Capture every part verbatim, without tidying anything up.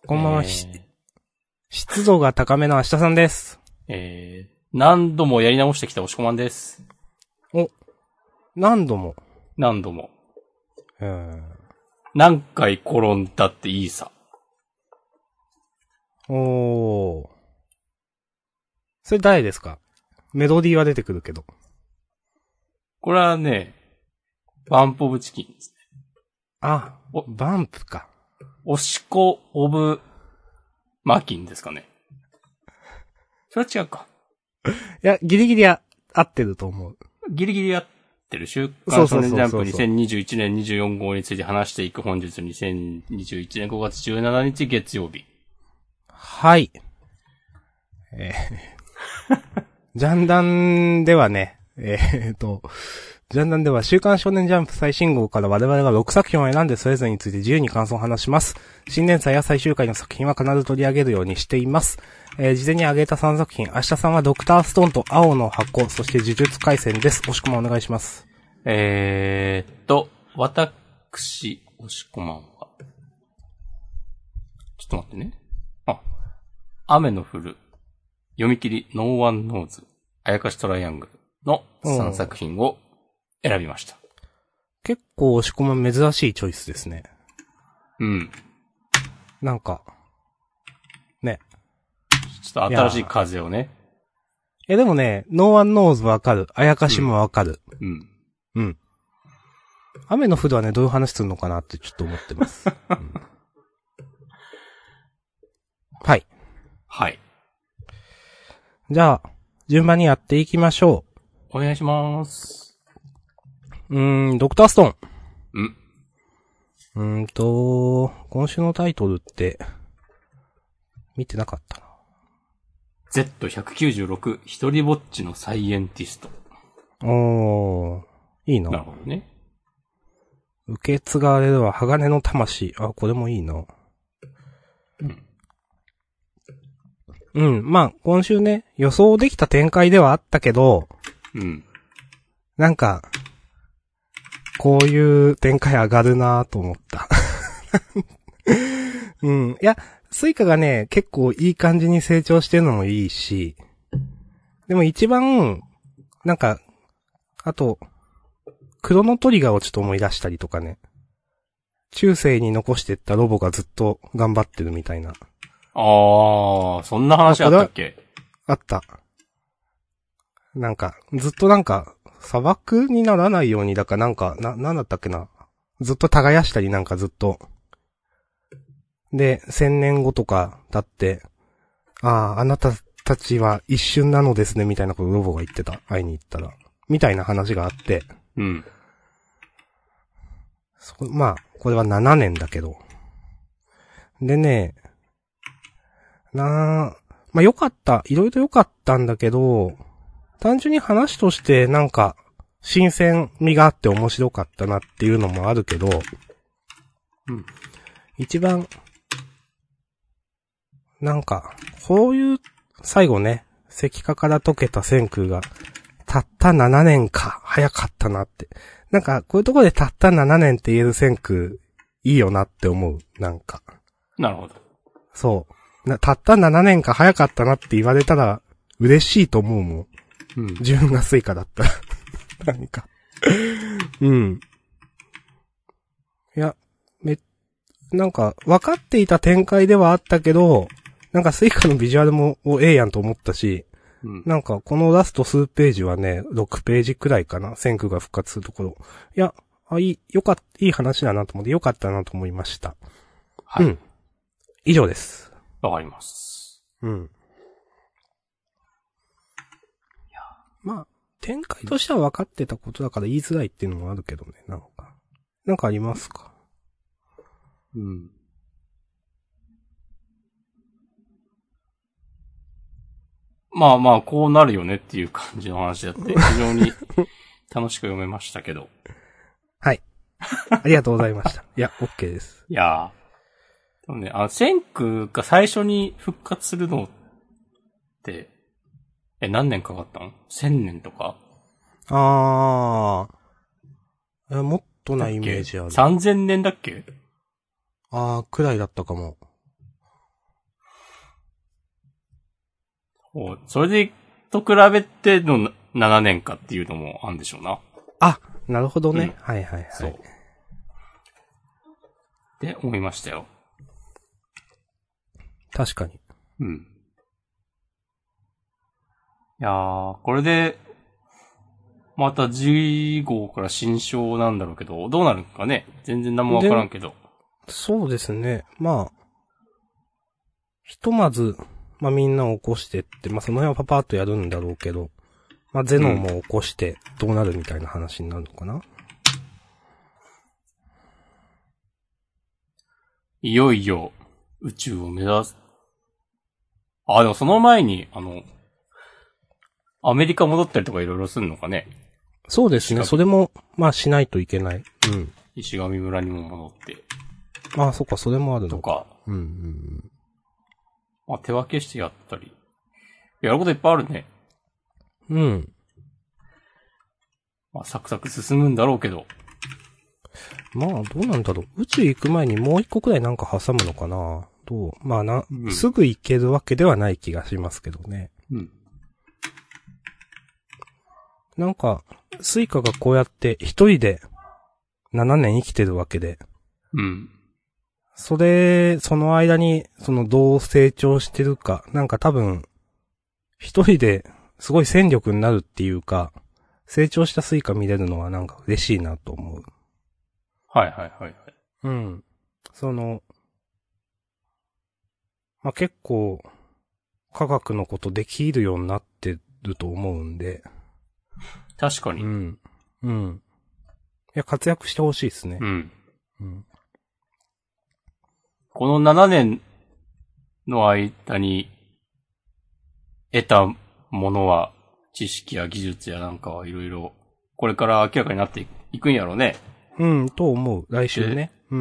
こんばんは、 えーし湿度が高めの明日さんです。 えー、何度もやり直してきた押し込まんです。 お、何度も。 何度も。 うーん。 何回転んだっていいさ。 おー。それ誰ですか？メロディーは出てくるけど。 これはね、バンプオブチキンですね。 あ、 おバンプか。 押し子オブマキンですかね。それは違うか。 いや、ギリギリあ合ってると思う。 ギリギリやってる週そうそうそうそう刊少年ジャンプにせんにじゅういちねんにじゅうよん号について話していく本日にせんにじゅういちねんごがつじゅうしちにち月曜日。 はい。えー、ジャンダンではね、えー、っと、ジャンダンでは週刊少年ジャンプ最新号から我々がろくさくひんを選んでそれぞれについて自由に感想を話します。新連載や最終回の作品は必ず取り上げるようにしています。えー、事前に挙げたさんさく品、明日さんはドクターストーンと青の箱、そして呪術廻戦です。押し込まんお願いします。 えーっと、私、押し込まんは。ちょっと待ってね。あ、雨の降る、読み切り、ノーワンノーズ、あやかしトライアングルのさんさく品を選びました。 結構押し込まん珍しいチョイスですね。 うん。 なんか、ね。 ちょっと新しい風をね。 え、でもね、ノーワンノーズわかる。あやかしもわかる。 うん。 うん。雨の降るはね、どういう話するのかなってちょっと思ってます。うん、はい。 はい。 じゃあ、順番にやっていきましょお願いします。 う。うーん、ドクターストーン。 うん。 うーんと、今週のタイトルって、見てなかったな。 ゼットひゃくきゅうじゅうろく 一人ぼっちのサイエンティスト。 おー、いいな。 なるほどね。 受け継がれるは鋼の魂。あ、これもいいな。 うん。 うん、まあ、今週ね、予想できた展開ではあったけど、 うん。 なんか、こういう展開上がるなぁと思った。うん。いや、スイカがね、結構いい感じに成長してるのもいいし、でも一番、なんか、あと、クロノトリガーをちょっと思い出したりとかね。中世に残してったロボがずっと頑張ってるみたいな。 あー、そんな話あったっけ？ あった。なんか、ずっとなんか、砂漠にならないように、だかなんか、な、なんだったっけな。ずっと耕したりなんかずっと。で、千年後とか経って、ああ、あなたたちは一瞬なのですね、みたいなことロボが言ってた。会いに行ったら。みたいな話があって。 うん。 そまあ、これはななねんだけど。でね、なあ、まあ良かった。いろいろ良かったんだけど、単純に話としてなんか、新鮮味があって面白かったなっていうのもあるけど、 うん。 一番、なんか、こういう、最後ね、石化から溶けた千空が、たったななねんか、早かったなって。なんか、こういうところでたったななねんって言える千空、いいよなって思う。なんか。 なるほど。 そうな。たったななねんか早かったなって言われたら、嬉しいと思うもん。 うん。 自分がスイカだったら。何か。うん。いや、め、なんか、分かっていた展開ではあったけど、なんかスイカのビジュアルも、お、ええやんと思ったし、 うん。 なんか、このラスト数ページはね、ろくページくらいかな。千空が復活するところ。いや、あ、いい、よかった、いい話だなと思って、よかったなと思いました。 はい。 うん。以上です。 わかります。 うん。いや、まあ、展開としては分かってたことだから言いづらいっていうのもあるけどね、なんか。なんかありますか？ うん。まあまあ、こうなるよねっていう感じの話だって、非常に楽しく読めましたけど。 はい。ありがとうございました。いや、OK です。 いやー。でもね、あの、千空が最初に復活するのって、え、何年かかったの？千年とか？ あー。え、もっとなイメージある。 さんぜんねんだっけ？ あー、くらいだったかも。 おそれで、と比べてのななねんかっていうのもあるんでしょうな。 あ、なるほどね。 うん、 はいはいはい。 そう。って思いましたよ。 確かに。 うん。いやー、これで、またじ号から新章なんだろうけど、どうなるんかね全然何もわからんけど。 そうですね。まあ、ひとまず、まあみんなを起こしてって、まあその辺はパパーっとやるんだろうけど、まあゼノンも起こしてどうなるみたいな話になるのかな、うん、 いよいよ宇宙を目指す。あ、でもその前に、あの、アメリカ戻ったりとかいろいろするのかね。 そうですね。それも、まあしないといけない。うん。 石上村にも戻って。 ああ、そっか、それもあるのか。とか。 うんうんうん。 まあ手分けしてやったり。やることいっぱいあるね。 うん。 まあサクサク進むんだろうけど。 まあ、どうなんだろう。宇宙行く前にもう一個くらいなんか挟むのかな。どうまあな、うん、すぐ行けるわけではない気がしますけどね。 うん。 なんか、スイカがこうやって一人でななねん生きてるわけで。 うん。 それ、その間に、そのどう成長してるか、なんか多分、一人ですごい戦力になるっていうか、成長したスイカ見れるのはなんか嬉しいなと思う。 はいはいはいはい。 うん。その、まあ、結構、科学のことできるようになってると思うんで。 確かに。 うん。うん。いや、活躍してほしいですね。 うん。 うん。 このななねんの間に得たものは、知識や技術やなんかはいろいろ、これから明らかになっていくんやろうね。 うん、と思う。来週ね。うん。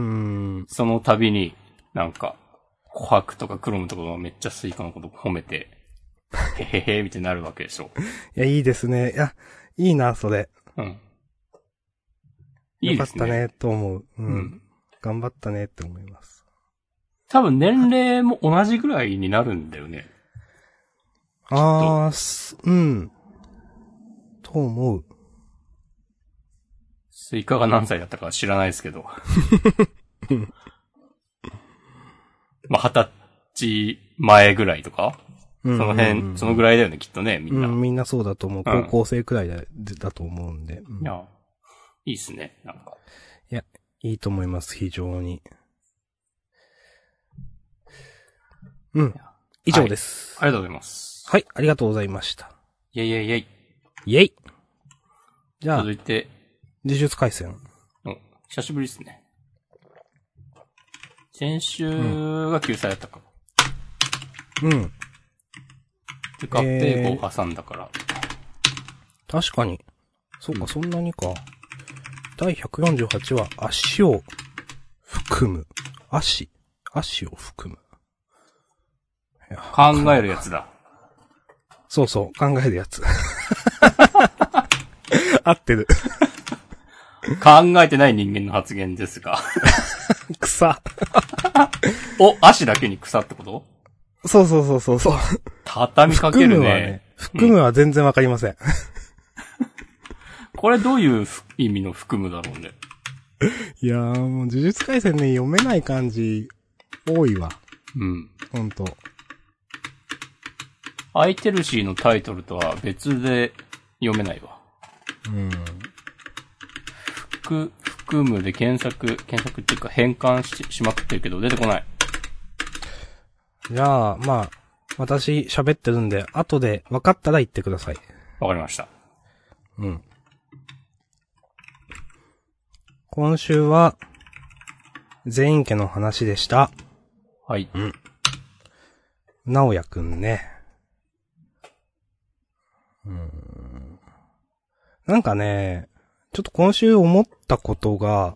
その度に、なんか、琥珀とかクロムとかがめっちゃスイカのこと褒めて、へへへみたいになるわけでしょ。 いや、いいですね。いや、いいな、それ。 うん。いいですね。 よかったね、と思う。うん。 うん、 頑張ったね、って思います。 多分年齢も同じぐらいになるんだよね。 あー、す、うん。と思う。 スイカが何歳だったか知らないですけど。まあ、二十歳前ぐらいとか、うん、その辺、そのぐらいだよね、きっとね、みんな。 うん、みんなそうだと思う。高校生くらいだ、だと思うんで。うん、 いや、いいっすね、なんか。 いや、いいと思います、非常に。うん。以上です、 はい。ありがとうございます。 はい、ありがとうございました。 イェイイェイイェイ。 イェイ。じゃあ、 続いて、 呪術廻戦。 うん、久しぶりですね。先週が救済だったか。 うん。 で、合併号挟んだから、 えー。確かに。そうか、うん、そんなにか。だいひゃくよんじゅうはちは足を含む。足。足を含む。 考えるやつだ。 そうそう、考えるやつ。合ってる。 考えてない人間の発言ですが。 草。 お、足だけに草ってこと？ そうそうそうそうそう。 畳みかけるね。含むはね、 含むは全然わかりません。うん、 これどういう意味の含むだろうね。 いやーもう呪術廻戦ね、読めない漢字多いわ。 うん。 ほんと。 アイテルシーのタイトルとは別で読めないわ。 うん。 含、含むで検索、検索っていうか変換 し, しまくってるけど出てこない。 じゃあ、まあ、私喋ってるんで、後で分かったら言ってください。 わかりました。 うん。今週は、全員家の話でした。 はい。 うん。直也くんね。うーん。なんかね、ちょっと今週思ったことが、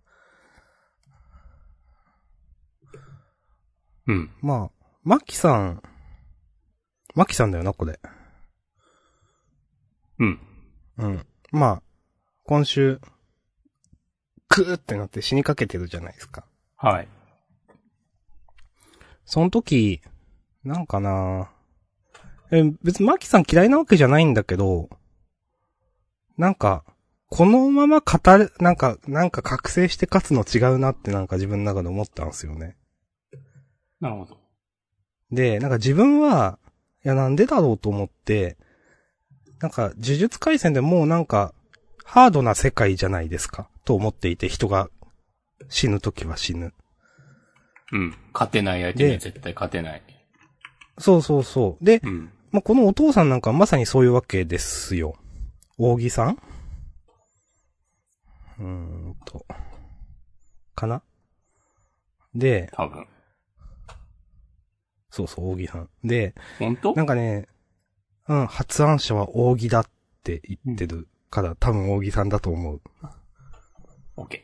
うん。 まあ、マキさん、マキさんだよな、これ。 うん。 うん。まあ、今週、クーってなって死にかけてるじゃないですか。 はい。 その時、なんかな、 え、別にマキさん嫌いなわけじゃないんだけど、なんか、このまま語る、なんか、なんか覚醒して勝つの違うなってなんか自分の中で思ったんですよね。 なるほど。 で、なんか自分は、いやなんでだろうと思って、なんか呪術廻戦でもうなんか、ハードな世界じゃないですか、と思っていて、人が死ぬときは死ぬ。 うん。勝てない相手には絶対勝てない。 そうそうそう。で、 うん。 まあ、このお父さんなんかまさにそういうわけですよ。扇さんうーんと。かなで、 多分。 そうそう、扇さん。で、 本当？ なんかね、うん、発案者は扇だって言ってるから、多分扇さんだと思う。 オッケ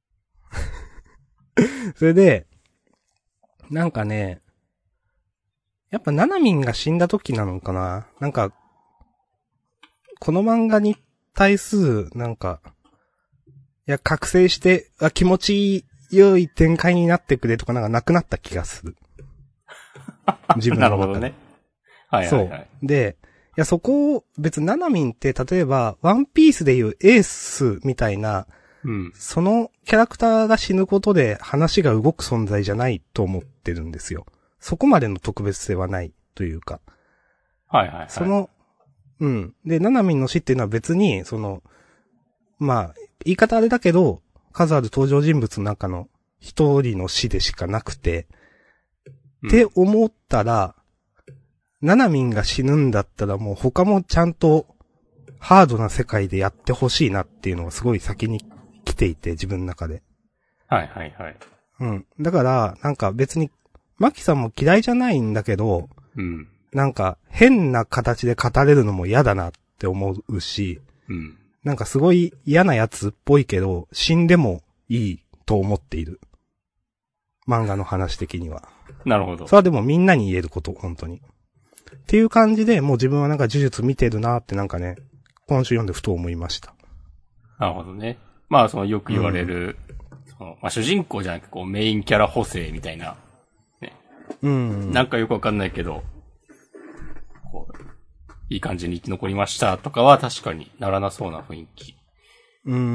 ー。それで、なんかね、やっぱナナミンが死んだ時なのかな？なんか、この漫画に対する、なんか、いや、覚醒して、あ、気持ち良い展開になってくれとかなんかなくなった気がする。自分の中で。 なるほどね。はいはいはい。 そう。で、いや、そこを、別にナナミンって、例えば、ワンピースでいうエースみたいな、 うん。 そのキャラクターが死ぬことで話が動く存在じゃないと思ってるんですよ。そこまでの特別性はないというか。 はいはいはい。 その、うん。で、ナナミンの死っていうのは別に、その、まあ、言い方あれだけど、数ある登場人物の中の一人の死でしかなくて、 うん、 って思ったら、ナナミンが死ぬんだったらもう他もちゃんとハードな世界でやってほしいなっていうのがすごい先に来ていて、自分の中で。 はいはいはい。 うん。だから、なんか別に、マキさんも嫌いじゃないんだけど、 うん。 なんか変な形で語れるのも嫌だなって思うし、 うん。 なんかすごい嫌なやつっぽいけど、死んでもいいと思っている。漫画の話的には。 なるほど。 それはでもみんなに言えること、本当に。っていう感じで、もう自分はなんか呪術見てるなってなんかね、今週読んでふと思いました。 なるほどね。まあそのよく言われる、うん、そのまあ主人公じゃなくてこうメインキャラ補正みたいな、ね。 うん。 なんかよくわかんないけど、こう、いい感じに生き残りましたとかは確かにならなそうな雰囲気。 うーん。うん、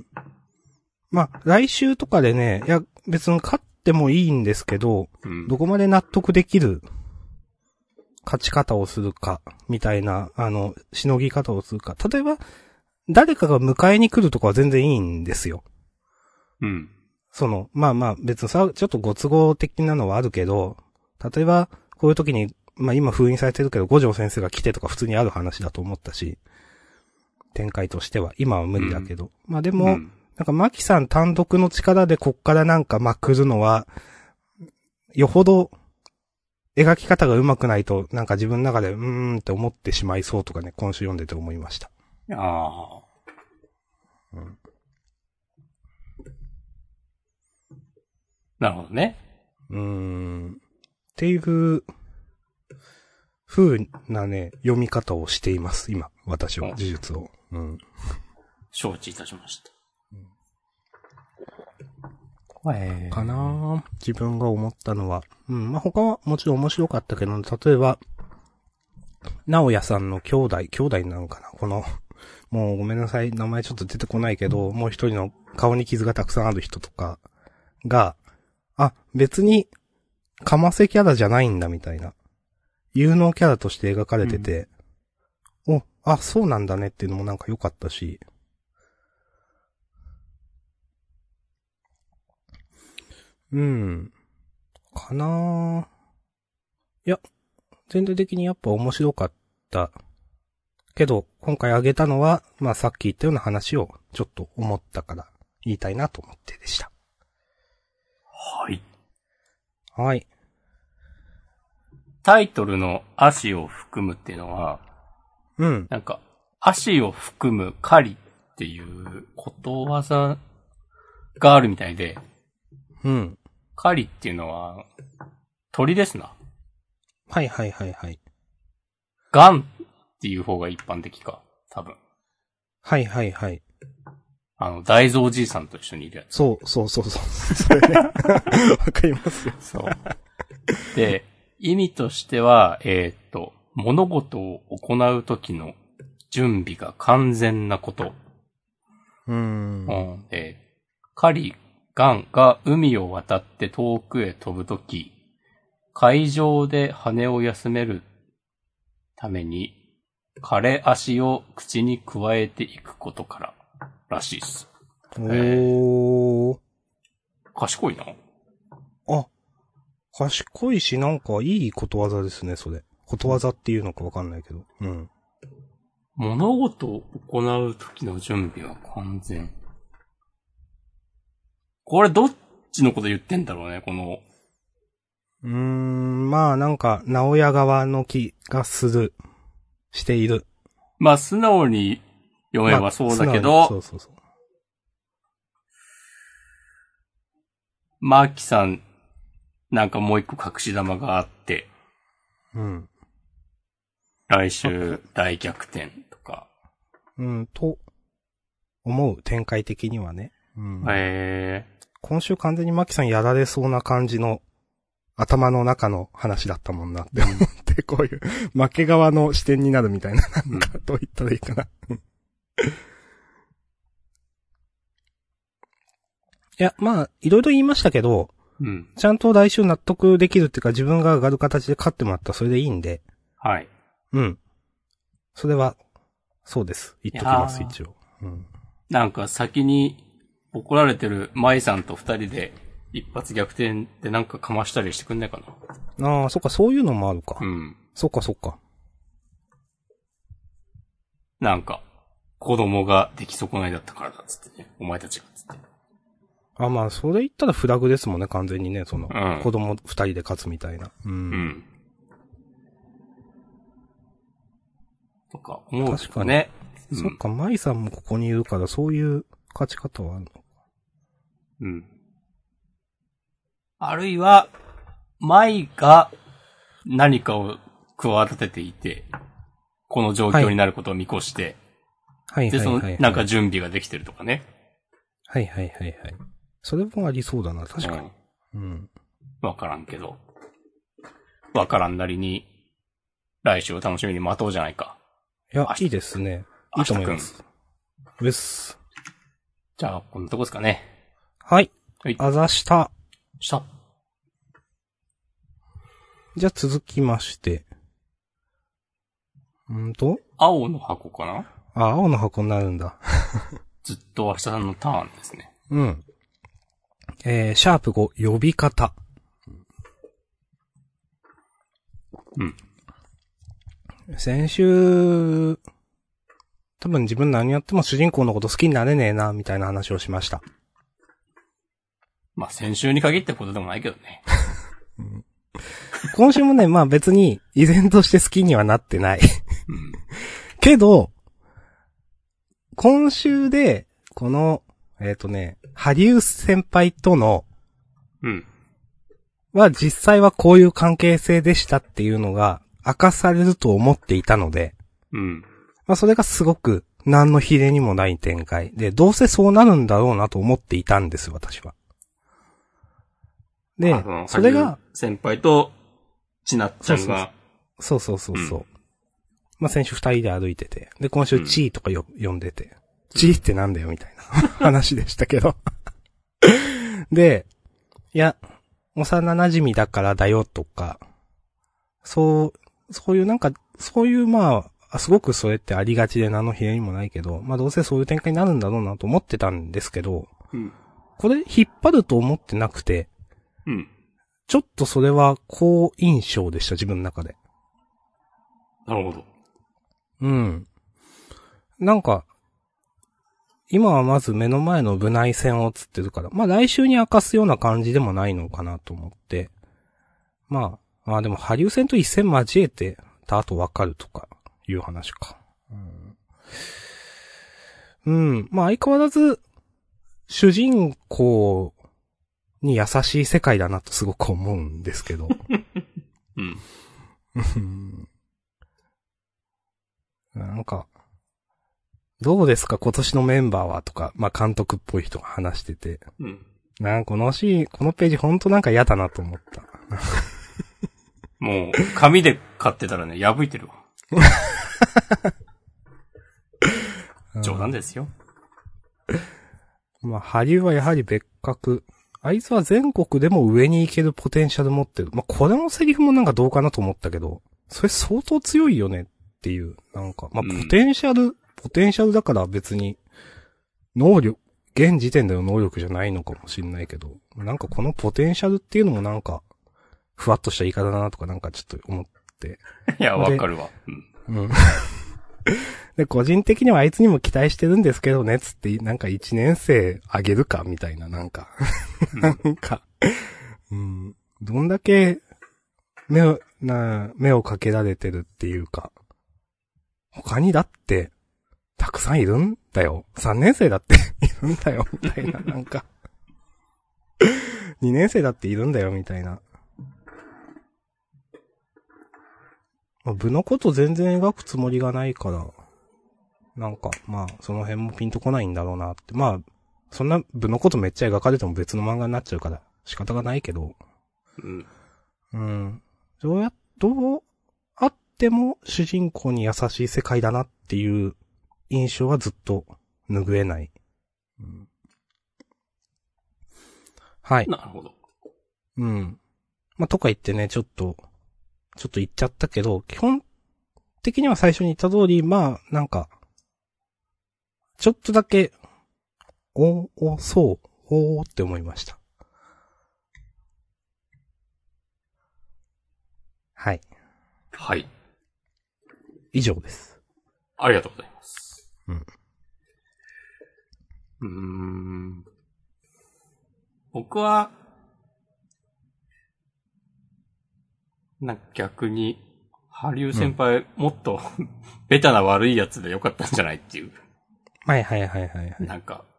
まあ、来週とかでね、いや、別に勝ってもいいんですけど、 うん、 どこまで納得できる勝ち方をするか、みたいな、あの、しのぎ方をするか。例えば、誰かが迎えに来るとかは全然いいんですよ。 うん。 その、まあまあ、別にさ、ちょっとご都合的なのはあるけど、例えば、こういう時に、まあ今封印されてるけど、五条先生が来てとか普通にある話だと思ったし、展開としては、今は無理だけど。うん、まあでも、うん、なんかマキさん単独の力でこっからなんかまくるのは、よほど、描き方が上手くないと、なんか自分の中で、うーんって思ってしまいそうとかね、今週読んでて思いました。 ああ。 うん。 なるほどね。 うーん。っていう、風なね、読み方をしています、今、私は、呪術を。うん。 承知いたしました。 うん、かなぁ。自分が思ったのは。うん。まあ、他はもちろん面白かったけど、例えば、直哉さんの兄弟、兄弟なのかなこの、もうごめんなさい、名前ちょっと出てこないけど、もう一人の顔に傷がたくさんある人とかが、あ、別に、かませキャラじゃないんだみたいな。有能キャラとして描かれてて、うん、お、あ、そうなんだねっていうのもなんか良かったし、うん、かなぁ。いや、全体的にやっぱ面白かった。けど、今回挙げたのは、まあさっき言ったような話をちょっと思ったから言いたいなと思ってでした。 はい。 はい。 タイトルの足を含むっていうのは、 うん。 なんか、足を含む狩りっていうことわざがあるみたいで、 うん。 狩りっていうのは、鳥ですな。 はいはいはいはい。 ガンっていう方が一般的か、多分。 はいはいはい。 あの、大蔵おじいさんと一緒にいるやつ。 そうそうそうそう。それね。わかりますよ。 そう。で、意味としては、えー、っと、 物事を行うときの準備が完全なこと。 うーん。 うん、えー、狩り、ガンが海を渡って遠くへ飛ぶとき、海上で羽を休めるために、枯れ足を口に加えていくことかららしいっす。 おー。 賢いな。 あ、賢いし、なんかいいことわざですね、それ。ことわざっていうのかわかんないけど。うん。 物事を行うときの準備は完全。これどっちのこと言ってんだろうね、この。 うーん、まあなんか、直屋側の気がする。している。 まあ素直に読めばそうだけど、 まあ、そうそうそう。 マーキさん、なんかもう一個隠し玉があって、 うん。 来週大逆転とか。 うん、と、思う展開的にはね。うん。 へー。 今週完全にマキさんやられそうな感じの頭の中の話だったもんなって思って、こういう負け側の視点になるみたいな、なんか、どう言ったらいいかな。いや、まあ、いろいろ言いましたけど、 うん、 ちゃんと来週納得できるっていうか自分が上がる形で勝ってもらったらそれでいいんで。 はい。 うん。それは、そうです。言っときます、一応。うん。 なんか先に怒られてる舞さんと二人で一発逆転でなんかかましたりしてくんないかな。ああ、そっか、そういうのもあるか。 うん。 そっかそっか。 なんか、子供が出来損ないだったからだっつってね。お前たちがっつって。 あ、まあ、それ言ったらフラグですもんね、完全にね、その、 うん、 子供二人で勝つみたいな。うん。 うん。とか、思うかね。 うん、そっか、舞さんもここにいるから、そういう勝ち方はあるのか。 うん。あるいは、舞が何かを企てていて、この状況になることを見越して、 はい。はいはいはい、はい。 で、その、なんか準備ができてるとかね。 はいはいはいはい。それもありそうだな、確かに。うん。 わ、うん、からんけど。わからんなりに、来週を楽しみに待とうじゃないか。 いや、いいですね。いいと思います。です。 じゃあ、こんなとこですかね。 はい。 はい。 あざした。 した。 じゃあ続きまして。んーと青の箱かな？ あ、青の箱になるんだ。 ずっと明日さんのターンですね。 うん。えー、シャープご、呼び方。 うん。 先週、多分自分何やっても主人公のこと好きになれねえな、みたいな話をしました。 まあ、先週に限ったことでもないけどね。 うん、今週もね、まあ別に依然として好きにはなってない。 うん、 けど、今週で、この、えっとね、ハリウ先輩との、 うん。 は実際はこういう関係性でしたっていうのが明かされると思っていたので、 うん。 まあそれがすごく何の比例にもない展開で、どうせそうなるんだろうなと思っていたんです、私は。で、それが、 先輩とちなっちゃんが、 そうそうそうそう。うん、まあ先週二人で歩いてて、で今週チーとかよ、うん、呼んでて、チーってなんだよみたいな話でしたけど。で、いや、幼馴染だからだよとか、そう、そういうなんか、そういうまあ、すごくそれってありがちで何の比例にもないけど、まあどうせそういう展開になるんだろうなと思ってたんですけど、 うん、 これ引っ張ると思ってなくて、 うん、 ちょっとそれは好印象でした、自分の中で。 なるほど。 うん。なんか、今はまず目の前の部内戦をつってるから、まあ来週に明かすような感じでもないのかなと思って、まあ、まあでもハリウ戦と一戦交えてた後わかるとかいう話か。うん。うん。まあ相変わらず、主人公に優しい世界だなとすごく思うんですけど。 うん。 なんか、どうですか今年のメンバーはとか、まあ監督っぽい人が話してて。 うん。 なんかこのシーン、このページほんとなんか嫌だなと思った。 もう、紙で買ってたらね、破いてるわ。冗談ですよ。 まあ、ハリューはやはり別格。あいつは全国でも上に行けるポテンシャル持ってる。まあ、これのセリフもなんかどうかなと思ったけど、それ相当強いよねっていう、なんか、まあ、ポテンシャル、うん、ポテンシャルだから別に、能力、現時点での能力じゃないのかもしれないけど、なんかこのポテンシャルっていうのもなんか、ふわっとした言い方だなとかなんかちょっと思って。 いや、わかるわ。 うん。うん、で、個人的にはあいつにも期待してるんですけどね、つって、なんか一年生あげるかみたいな、なんか。なんか、うん。どんだけ、目を、な、目をかけられてるっていうか。他にだって、たくさんいるんだよ。さんねん生だっているんだよ、みたいな、なんか。にねん生だっているんだよ、みたいな。部のこと全然描くつもりがないから、なんか、まあ、その辺もピンとこないんだろうなって。まあ、そんな部のことめっちゃ描かれても別の漫画になっちゃうから仕方がないけど。 うん。 うん。どうや、どうあっても主人公に優しい世界だなっていう印象はずっと拭えない。うん、はい。 なるほど。 うん。まあ、とか言ってね、ちょっと、ちょっと言っちゃったけど、基本的には最初に言った通り、まあ、なんか、ちょっとだけ、お、お、そう、おーって思いました。はい。 はい。 以上です。 ありがとうございます。 うん。 うーん。僕は、なんか逆に、ハリュー先輩、うん、もっと、ベタな悪いやつでよかったんじゃないっていう。 はいはいはいはい、はい。 なんか、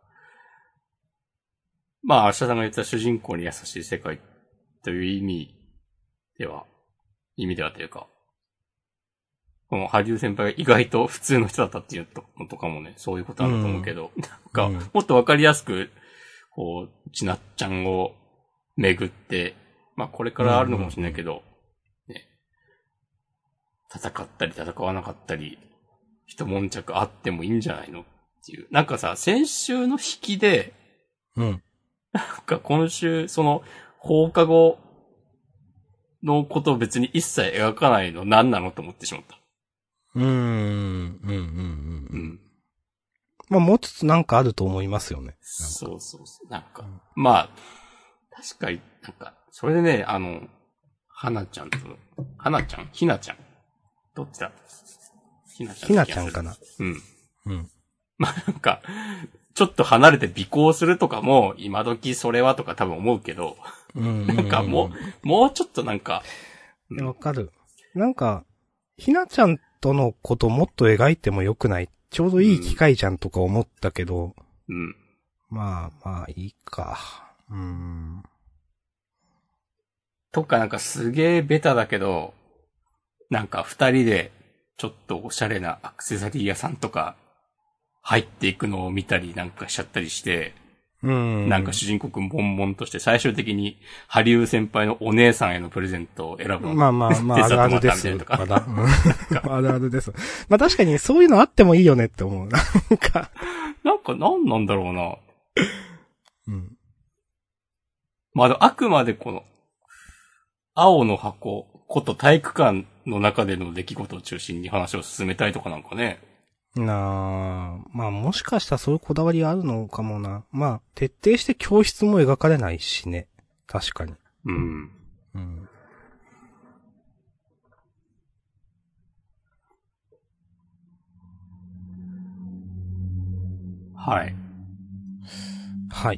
まあ、明日さんが言った主人公に優しい世界という意味では、意味ではというか、このハリュー先輩が意外と普通の人だったっていうのとかもね、そういうことなんだと思うけど、うん、なんか、もっとわかりやすく、こう、ちなっちゃんを巡って、まあこれからあるのかもしれないけど、ね、戦ったり戦わなかったり、一悶着あってもいいんじゃないのっていう。なんかさ、先週の引きで、 うん。 なんか今週、その、放課後のことを別に一切描かないの何なのと思ってしまった。 うーん、うん、うん、うん。うん。まあもうちょっとなんかあると思いますよね。 そうそうそう。なんか、うん、まあ、確かになんか、それでね、あの、花ちゃんと、花ちゃんひなちゃんどっちだひなちゃん。 ひなちゃんかな。 うん。 うん。 まあなんか、ちょっと離れて尾行するとかも、今時それはとか多分思うけど、 うんうんうん、 なんかもう、もうちょっとなんか。 わ、うん、かる。なんか、ひなちゃんとのこともっと描いてもよくない？ちょうどいい機会じゃんとか思ったけど。 うん。 まあまあいいか。うん。 とかなんかすげえベタだけど、なんか二人でちょっとおしゃれなアクセサリー屋さんとか入っていくのを見たりなんかしちゃったりして、 うん。 なんか主人公悶々として最終的にハリウー先輩のお姉さんへのプレゼントを選ぶの。 まあまあまあ、あるあるです。まだ。あるあるです。まあ確かにそういうのあってもいいよねって思う。なんか。 なんか何なんだろうな。 うん。 まああくまでこの、青の箱こと体育館の中での出来事を中心に話を進めたいとかなんかね。 なあ、まあもしかしたらそういうこだわりがあるのかもな。まあ、徹底して教室も描かれないしね。確かに。 うん。 うん。 はい。 はい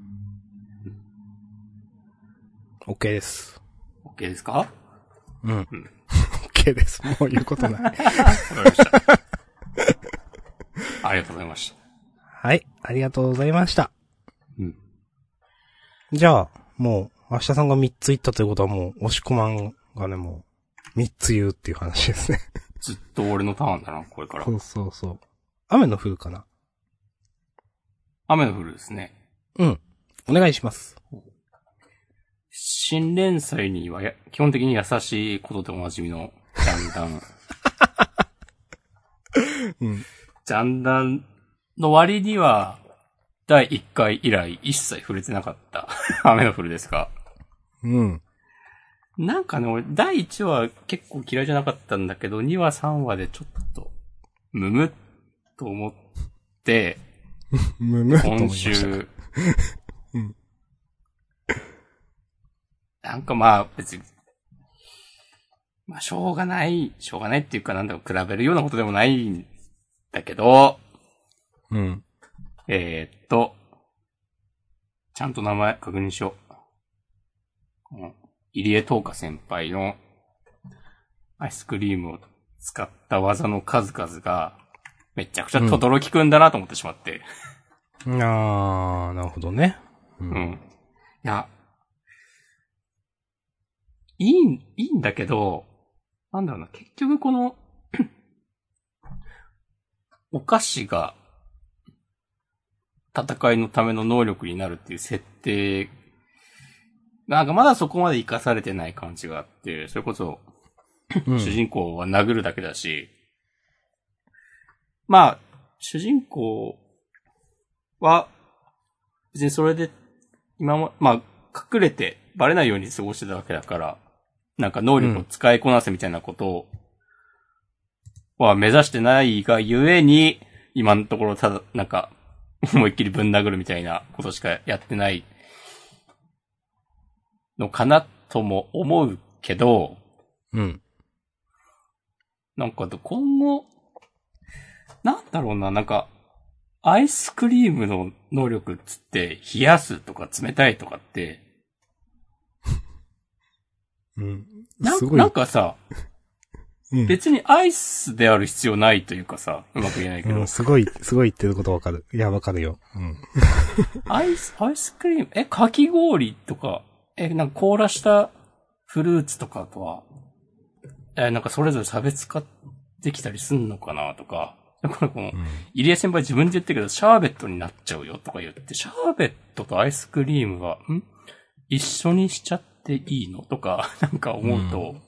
。OK です。 OK ですか？ うん。うん、OK です。もう言うことない。わかりました。ありがとうございました。 はい、ありがとうございました。 うん。 じゃあ、もう、明日さんがみっつ言ったということはもう、押し込まんがね、もう、みっつ言うっていう話ですね。 ずっと俺のターンだな、これから。 そうそうそう。雨の降るかな？ 雨の降るですね。 うん。お願いします。 新連載にはや基本的に優しいことでおなじみのジャンダン。 うん。 ジャンダンの割には、だいいっかい以来一切触れてなかった。雨の降るですか。 うん。 なんかね、俺、だいいちわ結構嫌いじゃなかったんだけど、にわさんわでちょっと、むむっと思って、 むむっと思い今ました。 週、 うん。 なんかまあ、別に、まあ、しょうがない、しょうがないっていうか、なんだろう、比べるようなことでもないんだけど、 うん。 えー、っと、ちゃんと名前確認しよう。うん、入江東花先輩のアイスクリームを使った技の数々が、めちゃくちゃとどろきくんだなと思ってしまって。 うん、あー、なるほどね。 うん。うん、いや、いい、いいんだけど、なんだろうな、結局この、お菓子が、戦いのための能力になるっていう設定、なんかまだそこまで活かされてない感じがあって、それこそ、主人公は殴るだけだし、まあ、主人公は、別にそれで、今も、まあ、隠れてバレないように過ごしてたわけだから、なんか能力を使いこなせみたいなことは目指してないがゆえに、今のところただ、なんか、思いっきりぶん殴るみたいなことしかやってないのかなとも思うけど、 うん。 なんか今後、なんだろうな、なんか、アイスクリームの能力っつって、冷やすとか冷たいとかって、 うん。 なすごい。 なんかさ、 うん、 別にアイスである必要ないというかさ、うまく言えないけど。 うん、すごい、すごい言ってることわかる。いや、わかるよ。うん。 アイス、アイスクリーム、え、かき氷とか、え、なんか凍らしたフルーツとかとは、え、なんかそれぞれ差別化できたりすんのかなとか、これこの、入江先輩自分で言ってるけど、シャーベットになっちゃうよとか言って、シャーベットとアイスクリームは、ん一緒にしちゃっていいのとか、なんか思うと、うん、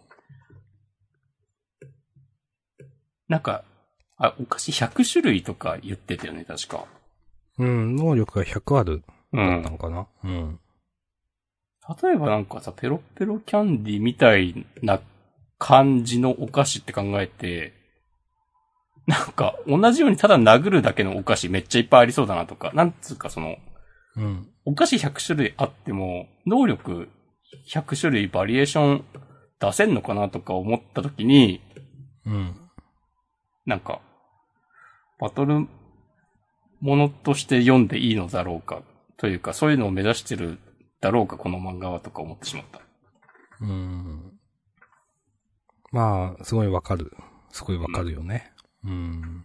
なんか、あ、お菓子ひゃくしゅるいとか言ってたよね、確か。 うん、能力がひゃくある。だったのかな、うん、うん。 例えばなんかさ、ペロペロキャンディみたいな感じのお菓子って考えて、なんか、同じようにただ殴るだけのお菓子めっちゃいっぱいありそうだなとか、なんつうかその、 うん。 お菓子ひゃくしゅるいあっても、能力ひゃくしゅるいバリエーション出せんのかなとか思ったときに、 うん。 なんか、バトルものとして読んでいいのだろうか、というか、そういうのを目指してるだろうか、この漫画はとか思ってしまった。 うーん。まあ、すごいわかる。すごいわかるよね。うん。うん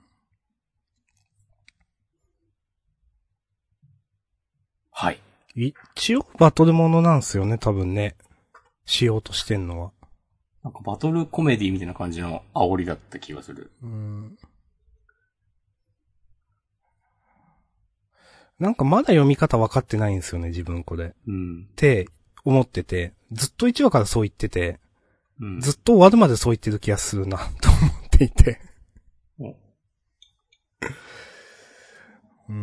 はい。 一応バトルものなんすよね、多分ね。しようとしてんのは。 なんかバトルコメディみたいな感じの煽りだった気がする。 うん。なんかまだ読み方分かってないんですよね、自分これ。 うん。 って思ってて、ずっといちわからそう言ってて、 うん、 ずっと終わるまでそう言ってる気がするな、と思っていて。 おうん。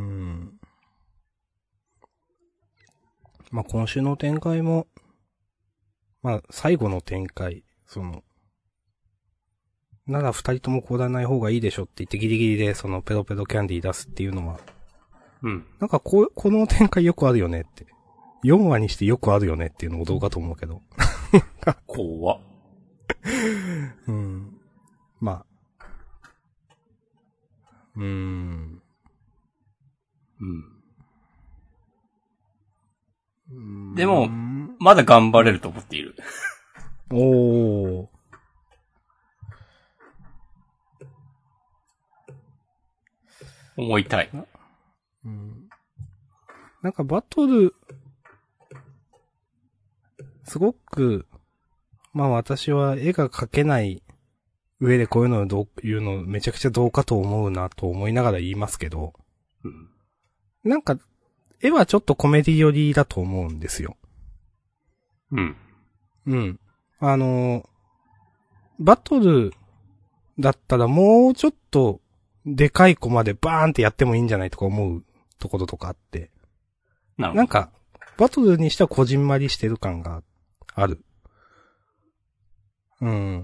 まあ今週の展開も、まあ最後の展開、その、なら二人とも凍らない方がいいでしょって言ってギリギリでそのペロペロキャンディー出すっていうのは、 うん。 なんかこう、この展開よくあるよねって。よんわにしてよくあるよねっていうのもどうかと思うけど。 怖っ。 うん。まあ。うーん。 うん。でも、まだ頑張れると思っている。 おー。 思いたい。 うん。なんかバトル、すごく、まあ私は絵が描けない上でこういうのをどういうのめちゃくちゃどうかと思うなと思いながら言いますけど、 うん、 なんか、絵はちょっとコメディ寄りだと思うんですよ。 うん。 うん。あの、 バトルだったらもうちょっとでかいコマでバーンってやってもいいんじゃないとか思うところとかあって。 なるほど。 なんか、バトルにしてはこじんまりしてる感がある。うん。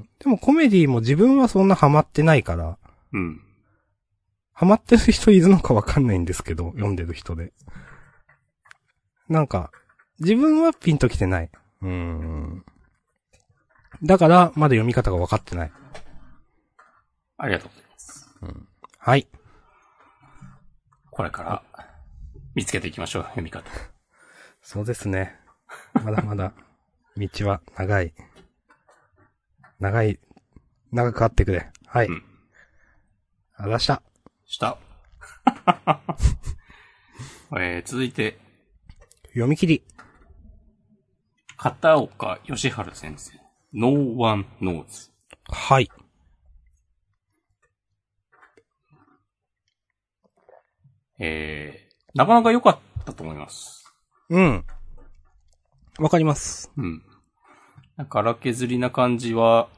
でもコメディも自分はそんなハマってないから。 うん。 ハマってる人いるのかわかんないんですけど、読んでる人で。なんか、自分はピンときてない。うーん。だから、まだ読み方が分かってない。 ありがとうございます。 うん、はい。 これから、見つけていきましょう、読み方。 そうですね。まだまだ、道は長い。長い、長くあってくれ。はい。うん、あらした。 した。えー、続いて。 読み切り。 片岡義治先生。No one knows。 はい。 えー、なかなか良かったと思います。 うん。わかります。 うん。なんか荒削りな感じは、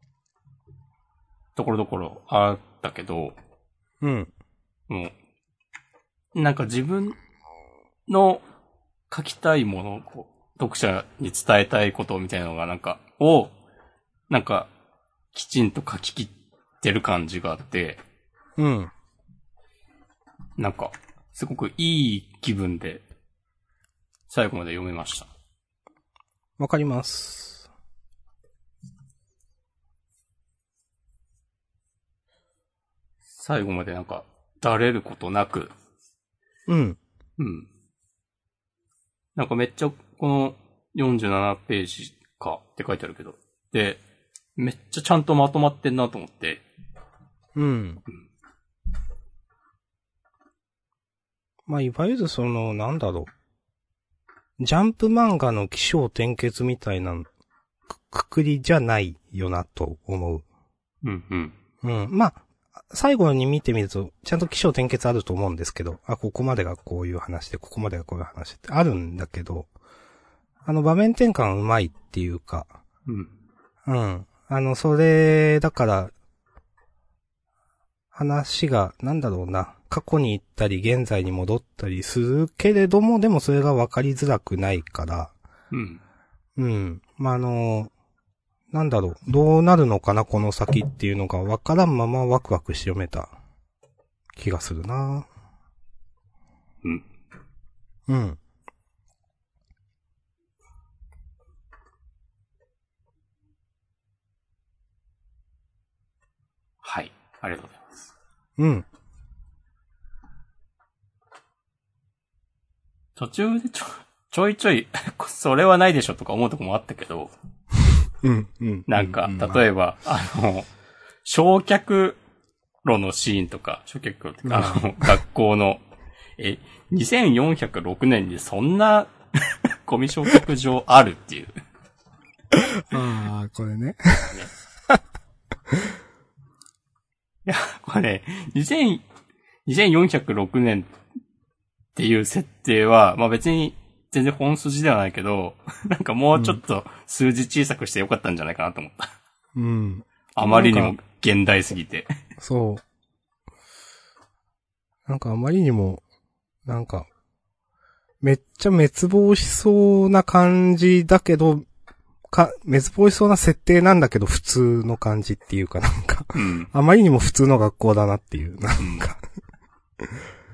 ところどころあったけど、 うん。 もう、なんか自分の書きたいものをこう読者に伝えたいことみたいなのがなんか、を、なんか、きちんと書き切ってる感じがあって、 うん。 なんか、すごくいい気分で、最後まで読めました。 わかります。 最後までなんか、だれることなく。 うん。 うん。なんかめっちゃ、このよんじゅうななページかって書いてあるけど。で、めっちゃちゃんとまとまってんなと思って。 うん。うん、まあ、いわゆるその、なんだろう。ジャンプ漫画の起承転結みたいなくくりじゃないよなと思う。 うんうん。 うん。まあ、最後に見てみると、ちゃんと起承転結あると思うんですけど、あ、ここまでがこういう話で、ここまでがこういう話ってあるんだけど、あの場面転換うまいっていうか、 うん。 うん。あの、それ、だから、話が、なんだろうな、過去に行ったり、現在に戻ったりするけれども、でもそれが分かりづらくないから、 うん。 うん。まあ、あの、なんだろう、どうなるのかな、この先っていうのが分からんままワクワクして読めた気がするな。 うん。 うん。 はい。ありがとうございます。 うん。 途中でちょ、ちょいちょい、それはないでしょとか思うとこもあったけど、 うん、うん。 なんか、例えば、あの、焼却炉のシーンとか、焼却炉ってか、あの、学校の、え、にせんよんひゃくろくねんにそんなゴミ焼却場あるっていう。 ああ、これね。ねいや、これね、にせん、にせんよんひゃくろくねんっていう設定は、まあ別に全然本筋ではないけど、なんかもうちょっと数字小さくしてよかったんじゃないかなと思った。 うん。 あまりにも現代すぎて。 そう。なんかあまりにも、なんか、めっちゃ滅亡しそうな感じだけど、か、滅亡しそうな設定なんだけど普通の感じっていうかなんか、 うん、 あまりにも普通の学校だなっていう、なんか、 うん。い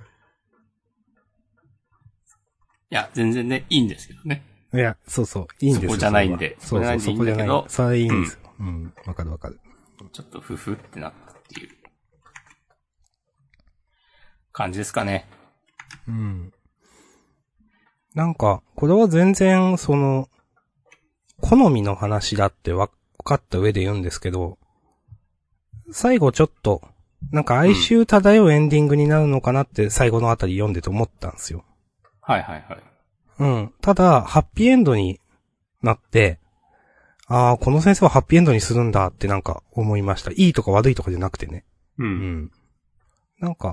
や、全然ね、いいんですけどね。 いや、そうそう、いいんですよ。 そこじゃないんで。 そうそう、そこじゃない。それはいいんですよ。うん、わ、うん、かるわかる。 ちょっとふふってなったっていう感じですかね。 うん。なんか、これは全然、その、好みの話だって分かった上で言うんですけど、最後ちょっと、なんか哀愁漂うエンディングになるのかなって最後のあたり読んでて思ったんですよ。 はいはいはい。 うん。ただ、ハッピーエンドになって、ああ、この先生はハッピーエンドにするんだってなんか思いました。いいとか悪いとかじゃなくてね。 うん。 うん。なんか、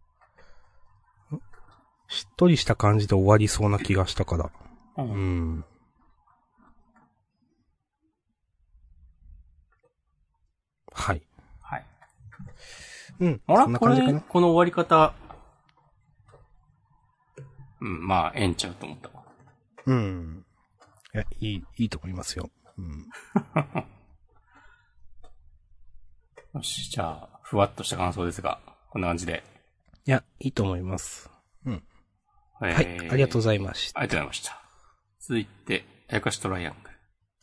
しっとりした感じで終わりそうな気がしたから。うん。うん、 うん。 あらそんな感じかな。 これ、この終わり方、うん、まあ、ええんちゃうと思ったわ。 うん。いや、いい、いいと思いますよ。うん。 よし、じゃあ、ふわっとした感想ですが、こんな感じで。 いや、いいと思います。うん。 えー、 はい、ありがとうございました。 ありがとうございました。続いて、あやかしトライアング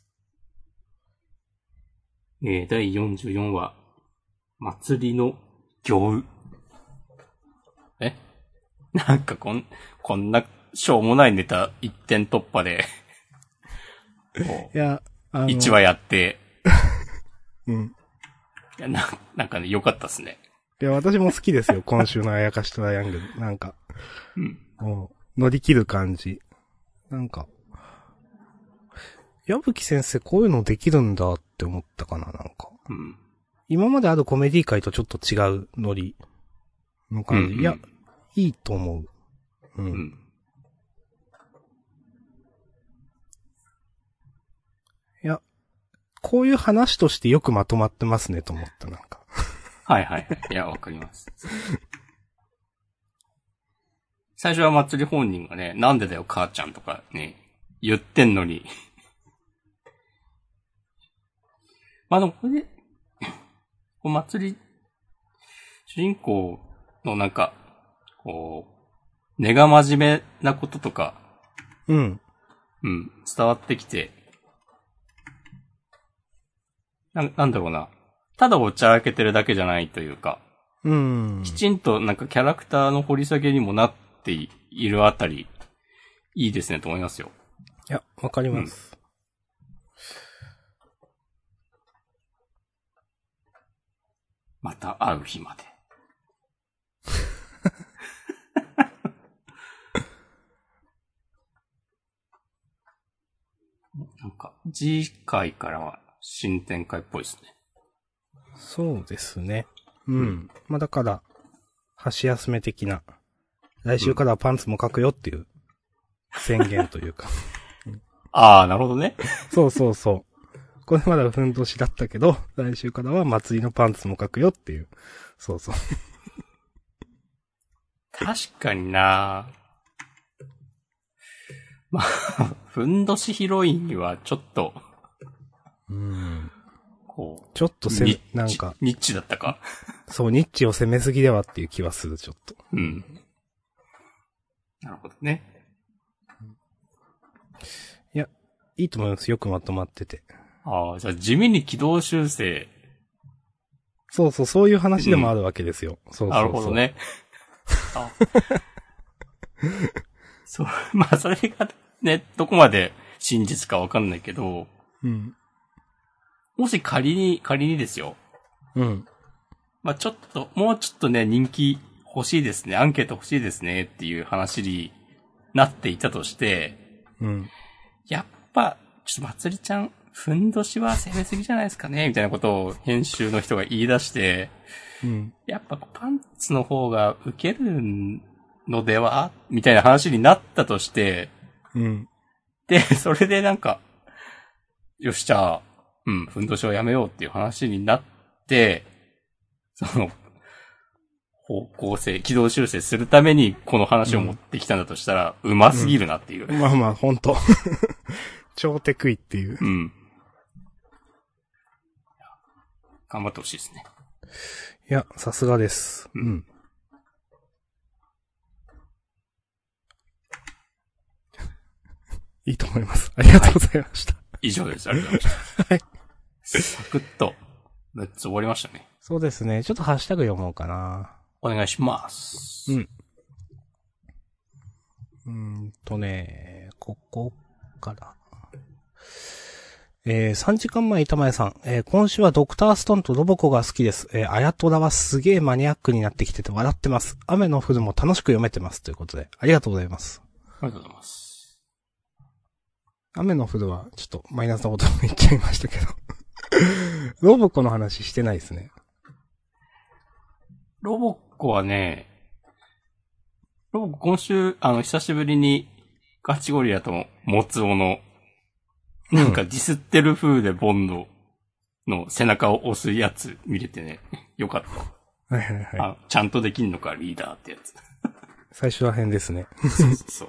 ル。えー、だいよんじゅうよんわ、祭りの行。えなんかこん、こんな、しょうもないネタ一点突破でいや、あの。 いちわやって、 うん。 いや、な、なんかね、良かったっすね。 いや、私も好きですよ、今週のあやかしトライアングル。なんか、 うん。 もう、乗り切る感じ。なんか、矢吹先生こういうのできるんだって思ったかな、なんか。 うん。 今まであるコメディ界とちょっと違うノリの感じ。 うんうん、 いや、いいと思う。うん。うん、いや、こういう話としてよくまとまってますねと思った、なんか。 はいはいはい。いや、わかります。最初は祭り本人がね、なんでだよ母ちゃんとかね、言ってんのに。まあでもこれで、こう祭り、主人公のなんか、こう、根が真面目なこととか、 うん。 うん、伝わってきて、な、なんだろうな。ただおちゃらけてるだけじゃないというか、 うん。 きちんとなんかキャラクターの掘り下げにもなっているあたり、いいですねと思いますよ。 いや、わかります。 うん、また会う日まで。なんか、次回からは新展開っぽいですね。 そうですね。うん。うん、まあだから、箸休め的な。来週からはパンツも書くよっていう宣言というか。 うん、ああ、なるほどね。 そうそうそう。これまだふんどしだったけど、来週からは祭りのパンツも書くよっていう。そうそう。 確かになまあ、ふんどしヒロインにはちょっと、 うん。 こう。 ちょっとせめ、なんか。 ニッチだったか。 そう、ニッチを攻めすぎではっていう気はする、ちょっと。 うん。なるほどね。 いや、いいと思います。よくまとまってて。 ああ、じゃあ地味に軌道修正。 そうそう、そういう話でもあるわけですよ。うん、そうそうそう。 なるほどね。あそう、まあそれがね、どこまで真実かわかんないけど、 うん。 もし仮に、仮にですよ。 うん。 まあちょっと、もうちょっとね、人気欲しいですね、アンケート欲しいですねっていう話になっていたとして、 うん。 やっぱ、ちょっとまつりちゃん、ふんどしは攻めすぎじゃないですかねみたいなことを編集の人が言い出して、 うん。 やっぱパンツの方が受けるのではみたいな話になったとして、 うん。 で、それでなんか、よし、じゃあ、うん、ふんどしをやめようっていう話になって、その、方向性、軌道修正するためにこの話を持ってきたんだとしたら、うますぎるなっていう。 うん、まあまあ、ほんと。超テクイっていう。 うん。頑張ってほしいですね。 いや、さすがです。うん。いいと思います。ありがとうございました。はい、 以上です。ありがとうございました。はい。サクッと、むっつ終わりましたね。 そうですね。ちょっとハッシュタグ読もうかな。 お願いします。 うん。うーんとね、ここから。えー、さんじかんまえ、板前さん。えー、今週はドクターストーンとロボコが好きです。えー、あやとらはすげーマニアックになってきてて笑ってます。雨の降るも楽しく読めてます。ということで、ありがとうございます。 ありがとうございます。 雨の降るは、ちょっとマイナスなこと言っちゃいましたけど。ロボコの話してないですね。 ロボコはね、ロボコ今週、あの、久しぶりにガチゴリラとモツオの、なんかディスってる風でボンドの背中を押すやつ見れてね、よかった。 はいはいはい。 あ、ちゃんとできんのか、リーダーってやつ。 最初ら辺ですね。 そうそうそう。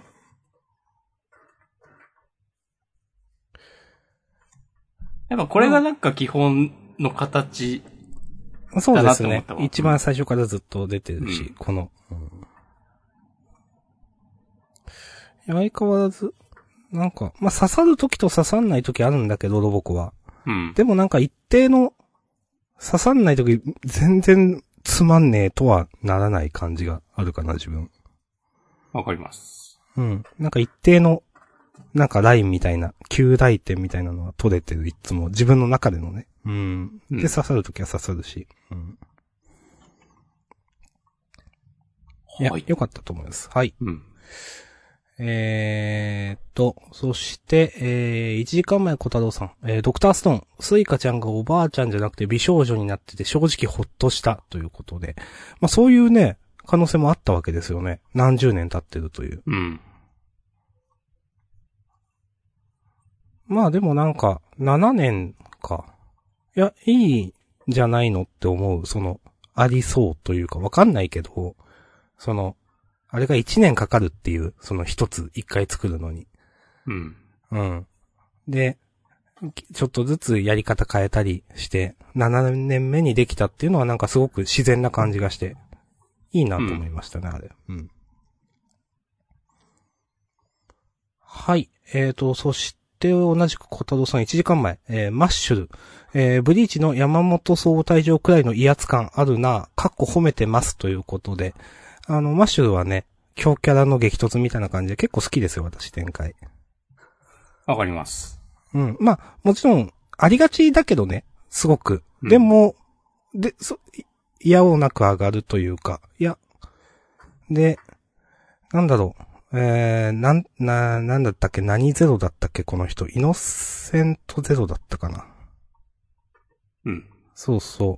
やっぱこれがなんか基本の形そうですねだなって思った。わ。 一番最初からずっと出てるし、 うんこの、うん。相変わらず、なんか、まあ、刺さる時と刺さんない時あるんだけど、ロボコは。 うん。 でもなんか一定の、刺さんない時、全然つまんねえとはならない感じがあるかな、自分。 わかります。 うん。なんか一定の、なんかラインみたいな、旧来点みたいなのは取れてる、いつも。自分の中でのね。うん。 うんで、刺さるときは刺さるし。うん。いや、 はい。 よかったと思います。はい。 うん。 えーっと、そして、えー、いちじかんまえ小太郎さん。えー、ドクターストーン。スイカちゃんがおばあちゃんじゃなくて美少女になってて正直ほっとしたということで。まあそういうね、可能性もあったわけですよね。何十年経ってるという。 うん。 まあでもなんか、ななねんか。いや、いいんじゃないのって思う、その、ありそうというか、わかんないけど、その、あれがいちねんかかるっていう、その一つ、一回作るのに。 うん。 うん。で、ちょっとずつやり方変えたりして、ななねんめにできたっていうのはなんかすごく自然な感じがして、いいなと思いましたね、うん、あれ。うん。はい。えーと、そして、で、同じく小太郎さんいちじかんまえ、えー、マッシュル、えー、ブリーチの山本総隊長くらいの威圧感あるな、かっこ褒めてますということで、あの、マッシュルはね、強キャラの激突みたいな感じで結構好きですよ、私展開。 わかります。 うん。まあ、もちろん、ありがちだけどね、すごく。 うん、 でも、で、そ、いやおうなく上がるというか、いや、で、なんだろう。えー、なん、な、なんだったっけ何ゼロだったっけこの人。イノセントゼロだったかな。 うん。 そうそう。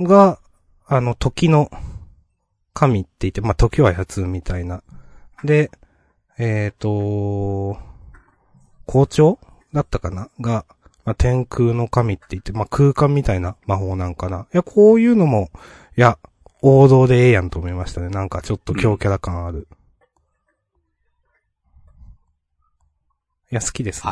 が、あの、時の神って言って、まあ、時は操るみたいな。で、えっ、ー、と、校長だったかなが、まあ、天空の神って言って、まあ、空間みたいな魔法なんかな。いや、こういうのも、いや、王道でええやんと思いましたね。なんかちょっと強キャラ感ある。うんいや、好きですね。 はい。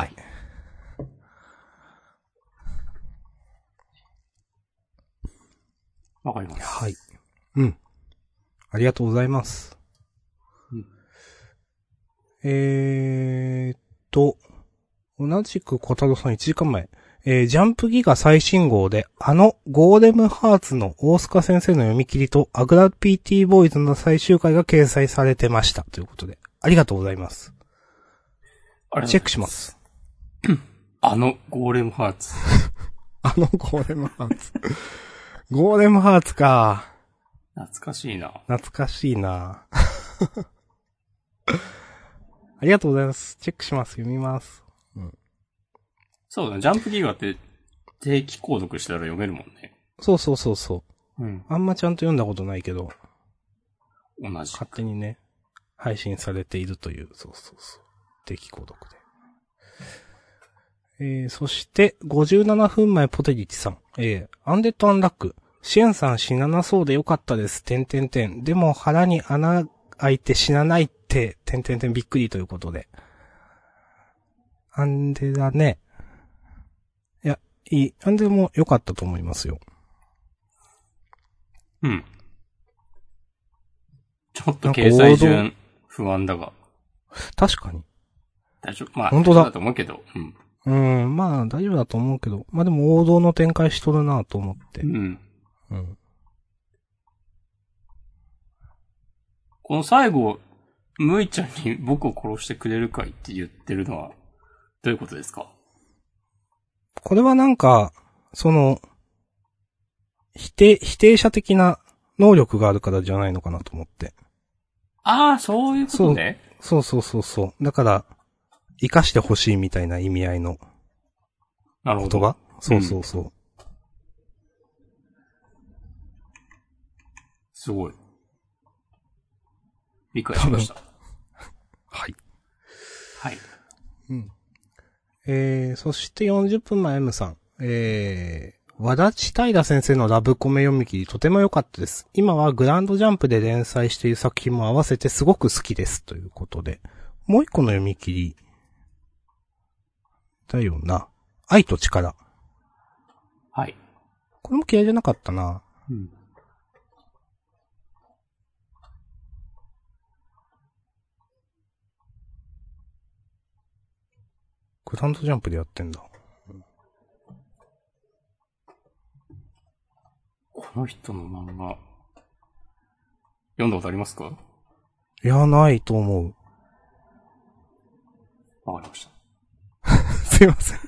わかります。 はい。うん。ありがとうございます。 うん、 えーっと、同じく小太郎さんいちじかんまえ。えー、ジャンプギガ最新号で、あのゴーレムハーツの大塚先生の読み切りと、アグラ ピーティー ボーイズの最終回が掲載されてました。ということで、ありがとうございます。 あれチェックします。 あのゴーレムハーツ。 あのゴーレムハーツ。ゴーレムハーツか。 懐かしいな。 懐かしいな。ありがとうございます。チェックします。読みます。うん、 そうだね。ジャンプギガって定期購読したら読めるもんね。 そうそうそうそう。 うん。 あんまちゃんと読んだことないけど。 同じ。 勝手にね、配信されているという、そうそうそう。定期購読で。えー、そして、ごじゅうななふんまえポテリチさん。えー、アンデッドアンラック。シエンさん死ななそうでよかったです。てんてんてん。でも腹に穴開いて死なないって、てんてんてんびっくりということで。アンデだね。いや、いい。アンデも良かったと思いますよ。 うん。ちょっと掲載順不安だが。 確かに。 大丈夫。まあ、 本当だ。 大丈夫だと思うけど。うん。 うん、まあ大丈夫だと思うけど。まあでも王道の展開しとるなと思って。 うん。 うん。 この最後、むいちゃんに僕を殺してくれるかいって言ってるのは、どういうことですか？ これはなんか、その、否定、否定者的な能力があるからじゃないのかなと思って。 ああ、そういうことね。 そうそうそうそう。だから、生かしてほしいみたいな意味合いのなるほど。 言葉？そうそうそう。うん、 すごい。理解しました。 はい。 はい。 うん。えー、そしてよんじゅっぷんまえ M さん。えー、 和田千平先生のラブコメ読み切りとても良かったです。今はグランドジャンプで連載している作品も合わせてすごく好きですということで。もう一個の読み切り。だよな。愛と力。 はい。 これも嫌いじゃなかったな。 うん。 グランドジャンプでやってんだ。 この人の漫画、読んだことありますか？ いや、ないと思う。 わかりました。 すいません。い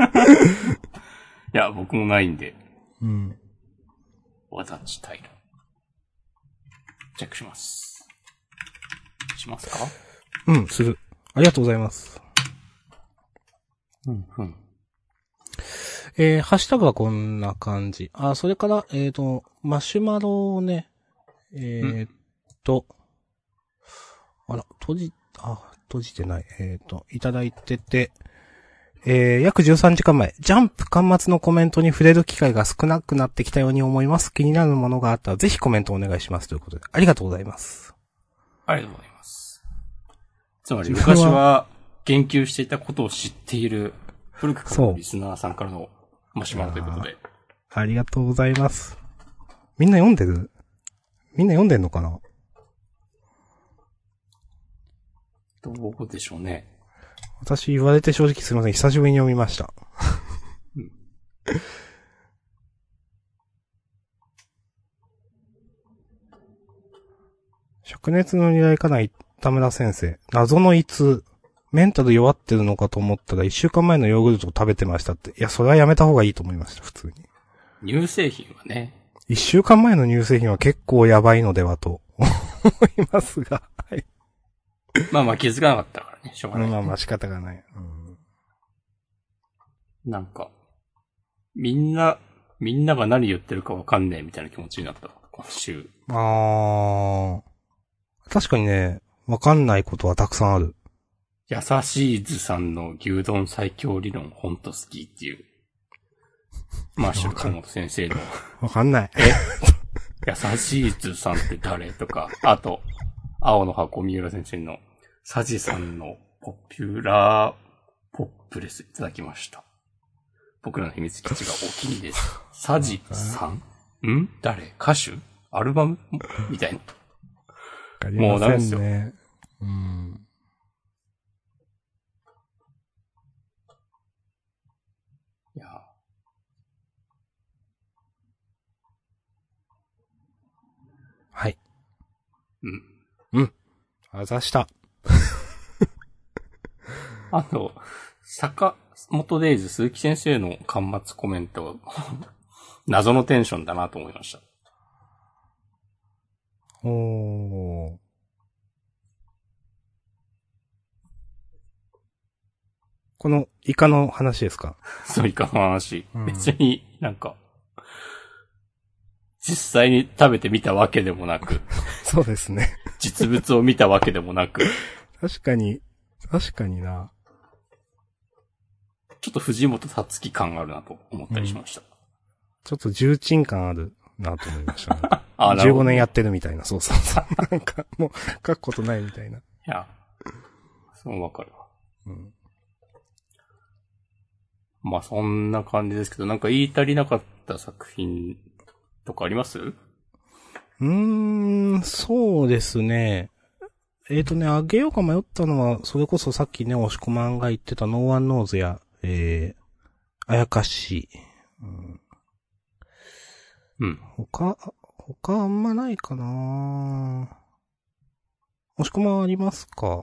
や、僕もないんで。 うん。 和田千平。チェックします。しますか？ うん、する。ありがとうございます。 うん、うん。 えー、ハッシュタグはこんな感じ。あ、それから、えっと、マシュマロをね、えー、っと、あら、閉じ、あ、閉じてない。えー、っと、いただいてて、えー、約じゅうさんじかんまえ、ジャンプ巻末のコメントに触れる機会が少なくなってきたように思います。気になるものがあったらぜひコメントお願いしますということで、ありがとうございます。 ありがとうございます。つまり昔は言及していたことを知っている古くからのリスナーさんからのマシュマロということで。 ありがとうございます。みんな読んでる？みんな読んでんのかな？ どうでしょうね。 私言われて正直すみません。久しぶりに読みました。うん、灼熱の狙いかない田村先生。謎の胃痛。メンタル弱ってるのかと思ったら一週間前のヨーグルトを食べてましたって。いや、それはやめた方がいいと思いました、普通に。 乳製品はね。 一週間前の乳製品は結構やばいのではと思いますが。はい。 まあまあ気づかなかったからね、しょうがない、ね。 まあまあ仕方がない。うん、 なんか、みんな、みんなが何言ってるかわかんねえみたいな気持ちになった、今週。 あー。確かにね、わかんないことはたくさんある。 優しい図さんの牛丼最強理論ほんと好きっていう。マッシュル小本先生の。 わかんない。 え優しい図さんって誰とか、あと、青の箱三浦先生のサジさんのポピュラーポップレスいただきました。僕らの秘密基地がお気に入りです。サジさんん誰歌手アルバムみたいな。もうダメですよ。 うん。 いや。 はい。 うん。 うん。あざした。 あと、坂本デイズ鈴木先生の巻末コメントは謎のテンションだなと思いました。 おー。このイカの話ですか？ そう、イカの話。うん、別になんか、実際に食べてみたわけでもなく。 そうですね。 実物を見たわけでもなく。 確かに、確かにな。 ちょっと藤本たつき感があるなと思ったりしました。うん、 ちょっと重鎮感あるなと思いましたね。 ああ、 じゅうごねんやってるみたいな、そうそうそう。なんか、もう、書くことないみたいな。いや、そうわかるわ。うん。まあそんな感じですけど、なんか言い足りなかった作品とかあります？うーん、そうですね。えっとね、あげようか迷ったのは、それこそさっきね、押し込まんが言ってたノーワンノーズや、えー、あやかし。うん。 うん。 他、他あんまないかな。押し込まんありますか？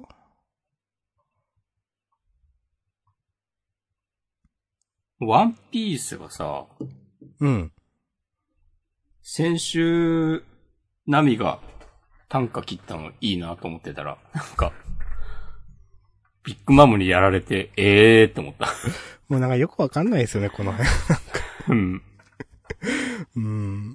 ワンピースがさ、 うん。 先週、ナミが単価切ったのいいなと思ってたら、なんか、ビッグマムにやられて、ええーって思った。 もうなんかよくわかんないですよね、この辺。 うん。 うん。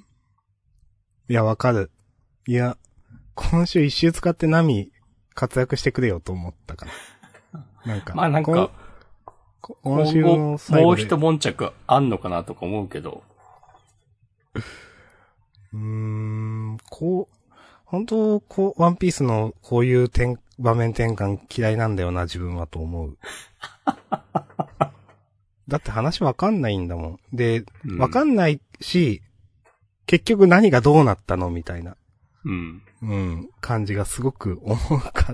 いや、わかる。いや、今週一周使ってナミ活躍してくれよと思ったから。なんか。 まあなんか、 今週の最後もう一悶着あんのかなとか思うけど、 うーん、こう、本当こう、ワンピースのこういう点、場面転換嫌いなんだよな、自分はと思う。だって話わかんないんだもん。で、わかんないし、結局何がどうなったのみたいな。 うん。 うん、感じがすごく思うから。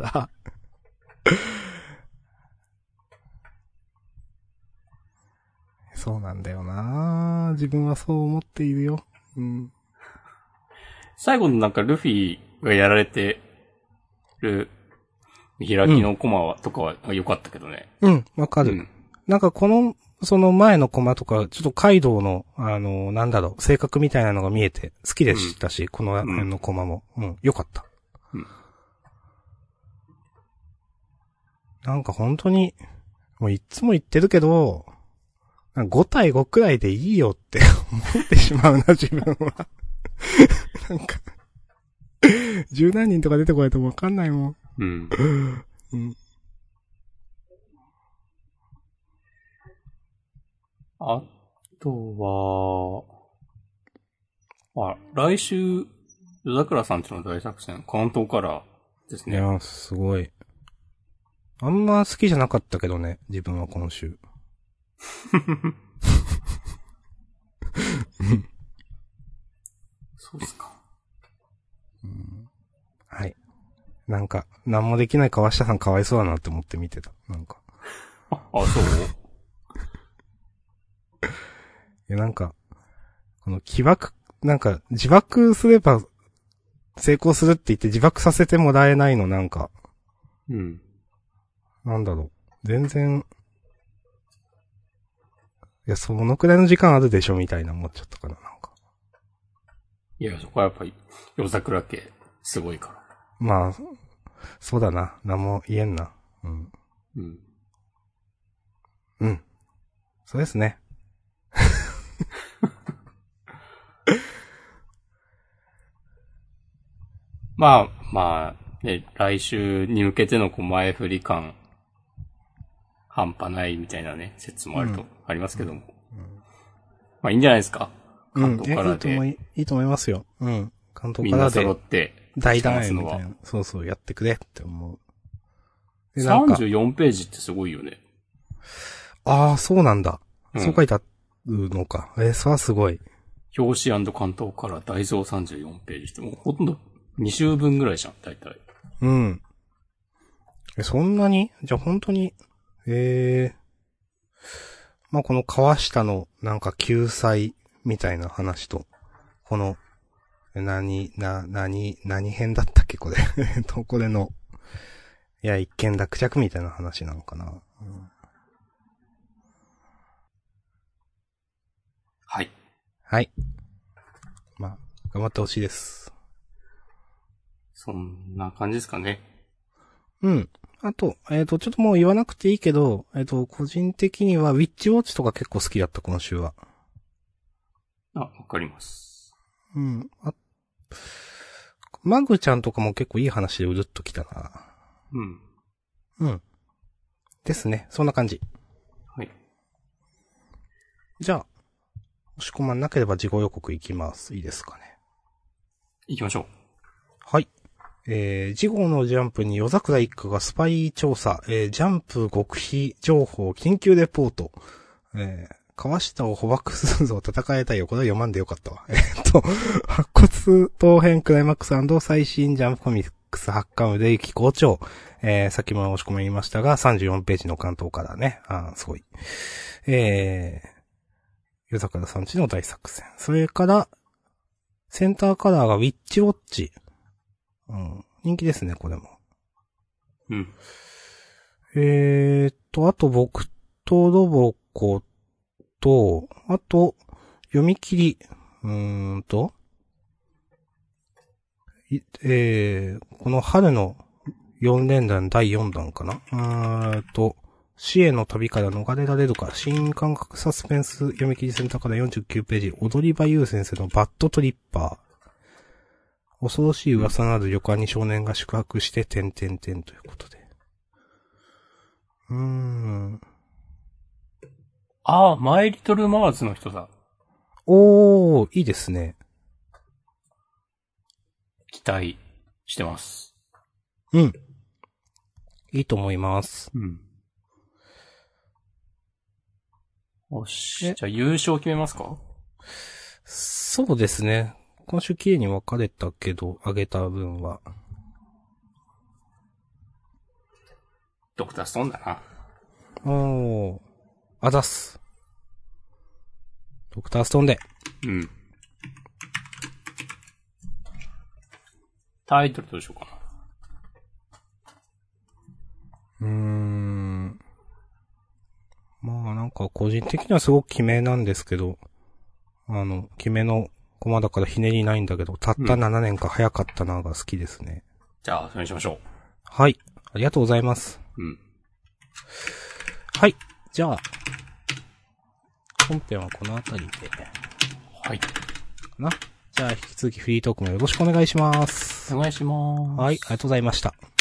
そうなんだよな自分はそう思っているよ。うん。 最後のなんかルフィがやられてる見開きのコマは、うん、とかは良かったけどね。 うん、わかる。うん、なんかこの、その前のコマとか、ちょっとカイドウの、あの、なんだろう、性格みたいなのが見えて好きでしたし、うん、この辺のコマも。うん、良かった。うん。なんか本当に、もういつも言ってるけど、ご対ごくらいでいいよって思ってしまうな、自分は。なんか、十何人とか出てこないとわかんないもん。うん。うん。 あとは、あ、来週、夜桜さんちの大作戦、関東からですね。 いや、すごい。あんま好きじゃなかったけどね、自分は今週。 そうですか、 うん。はい。なんか、何もできない川下さんかわいそうだなって思って見てた。なんか。 あ、あ、そういや、なんか、この起爆、なんか、自爆すれば成功するって言って自爆させてもらえないの、なんか。 うん。 なんだろう。全然、いや、そのくらいの時間あるでしょみたいな思っちゃったかな、なんか。 いや、そこはやっぱり、夜桜家、すごいから。 まあ、そうだな。何も言えんな。うん。うん。うん。そうですね。 まあ、まあ、ね、来週に向けてのこう前振り感、半端ないみたいなね、説もあると、うん、ありますけども。うんうん、まあいいんじゃないですか。関東からで。 うん、いいと思い、いいと思いますよ。うん。関東からで。みんな揃って、 大団円みたいな。そうそう、やってくれって思う。さんじゅうよんページってすごいよね。 ああ、そうなんだ。うん、そう書いてあるのか。えー、それはすごい。 表紙関東から大蔵さんじゅうよんページってもうほとんどに週分ぐらいじゃん、大体。 うん。え、そんなにじゃあ本当に、ええー。まあ、この川下のなんか救済みたいな話と、この、何、な、何、何編だったっけこれ。えっと、これの、いや、一見落着みたいな話なのかな。うん、 はい。 はい。まあ、頑張ってほしいです。 そんな感じですかね。 うん。あと、えっと、ちょっともう言わなくていいけど、えっと、個人的には、ウィッチウォッチとか結構好きだった、今週は。 あ、わかります。 うん。あ、マグちゃんとかも結構いい話でうるっときたな。 うん。 うん。ですね。そんな感じ。 はい。 じゃあ、押し込まなければ事後予告いきます。いいですかね。 行きましょう。 はい。えー、次号のジャンプに夜桜一家がスパイ調査、えー、ジャンプ極秘情報緊急レポート、えー、川下を捕獲するぞ戦えたいよ。これは読まんでよかったわ。えー、っと、白骨刀編クライマックス&最新ジャンプコミックス発刊腕行き好調。えー、さっきも押し込み言いましたが、さんじゅうよんページの関東からね。あー、すごい。えー、夜桜さんちの大作戦。それから、センターカラーがウィッチウォッチ。うん。人気ですね、これも。 うん。 えーっと、あと僕とロボコと、あと、読み切り、うーんと、えー、この春のよん連弾だいよん弾かなうーんと、死への旅から逃れられるか、新感覚サスペンス読み切りセンターからよんじゅうきゅうページ、踊り場優先生のバッドトリッパー。恐ろしい噂のある旅館に少年が宿泊して、点々点ということで。うーん。 ああ、マイリトルマーズの人だ。 おー、いいですね。 待してます。 うん。いいと思います。 うん。よし。じゃあ優勝決めますか？ そうですね。今週綺麗に分かれたけど、上げた分は。 ドクターストーンだな。 おー。あざっす。ドクターストーンで。 うん。タイトルどうしようかな。うーん。まあなんか個人的にはすごく決めなんですけど、あの、決めのコマだからひねりないんだけど、たったななねんか早かったなが好きですね。 うん、じゃあ、それにしましょう。 はい。ありがとうございます。 うん。 はい。じゃあ、本編はこのあたりで。 はい。かな。じゃあ引き続きフリートークもよろしくお願いします。 お願いします。 はい、ありがとうございました。